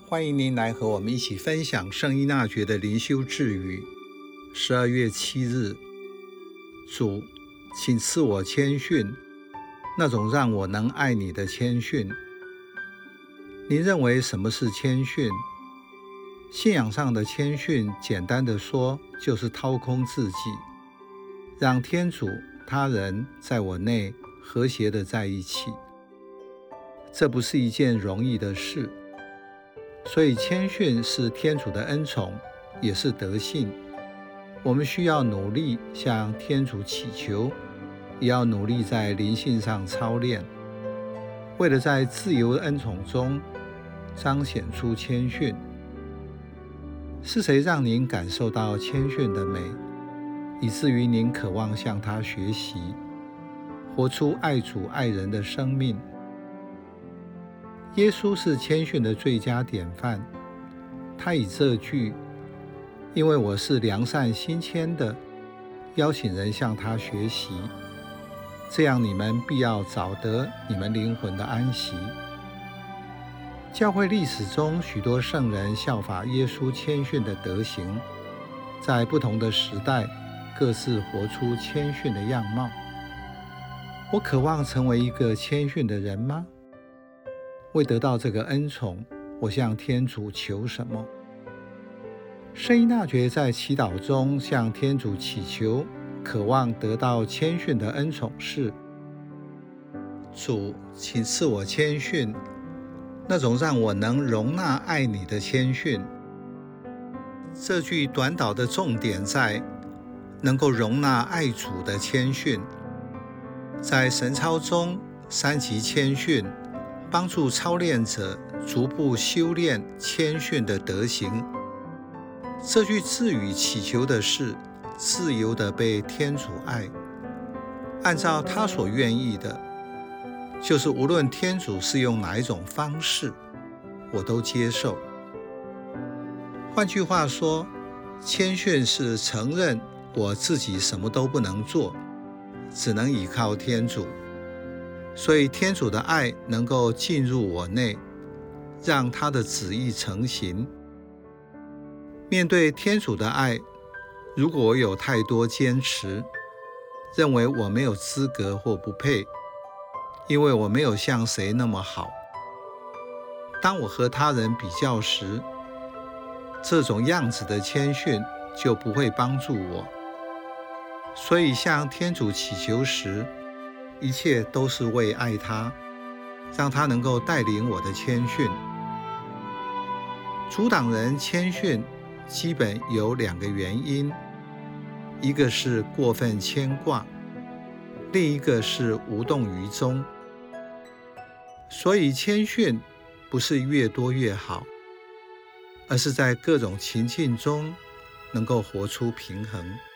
欢迎您来和我们一起分享圣依纳爵的灵修智语。12月7日，主，请赐我谦逊，那种让我能爱你的谦逊。您认为什么是谦逊？信仰上的谦逊，简单的说，就是掏空自己，让天主、他人在我内和谐的在一起。这不是一件容易的事，所以谦逊是天主的恩宠，也是德性。我们需要努力向天主祈求，也要努力在灵性上操练，为了在自由恩宠中彰显出谦逊。是谁让您感受到谦逊的美，以至于您渴望向他学习，活出爱主爱人的生命？耶稣是谦逊的最佳典范。他以这句“因为我是良善心谦的”，邀请人向他学习，这样你们必要找得你们灵魂的安息。教会历史中，许多圣人效法耶稣谦逊的德行，在不同的时代各自活出谦逊的样貌。我渴望成为一个谦逊的人吗？为得到这个恩宠，我向天主求什么？圣依纳爵在祈祷中向天主祈求，渴望得到谦逊的恩宠是：主，请赐我谦逊，那种让我能容纳爱你的谦逊。这句短祷的重点在能够容纳爱主的谦逊。在神操中，3级谦逊帮助操练者逐步修炼谦逊的德行。这句智语祈求的是自由地被天主爱，按照他所愿意的，就是无论天主是用哪一种方式，我都接受。换句话说，谦逊是承认我自己什么都不能做，只能依靠天主，所以天主的爱能够进入我内，让他的旨意成行。面对天主的爱，如果我有太多坚持，认为我没有资格或不配，因为我没有像谁那么好，当我和他人比较时，这种样子的谦逊就不会帮助我。所以向天主祈求时，一切都是为爱他，让他能够带领我的谦逊。阻挡人谦逊基本有2个原因，一个是过分牵挂，另一个是无动于衷。所以谦逊不是越多越好，而是在各种情境中能够活出平衡。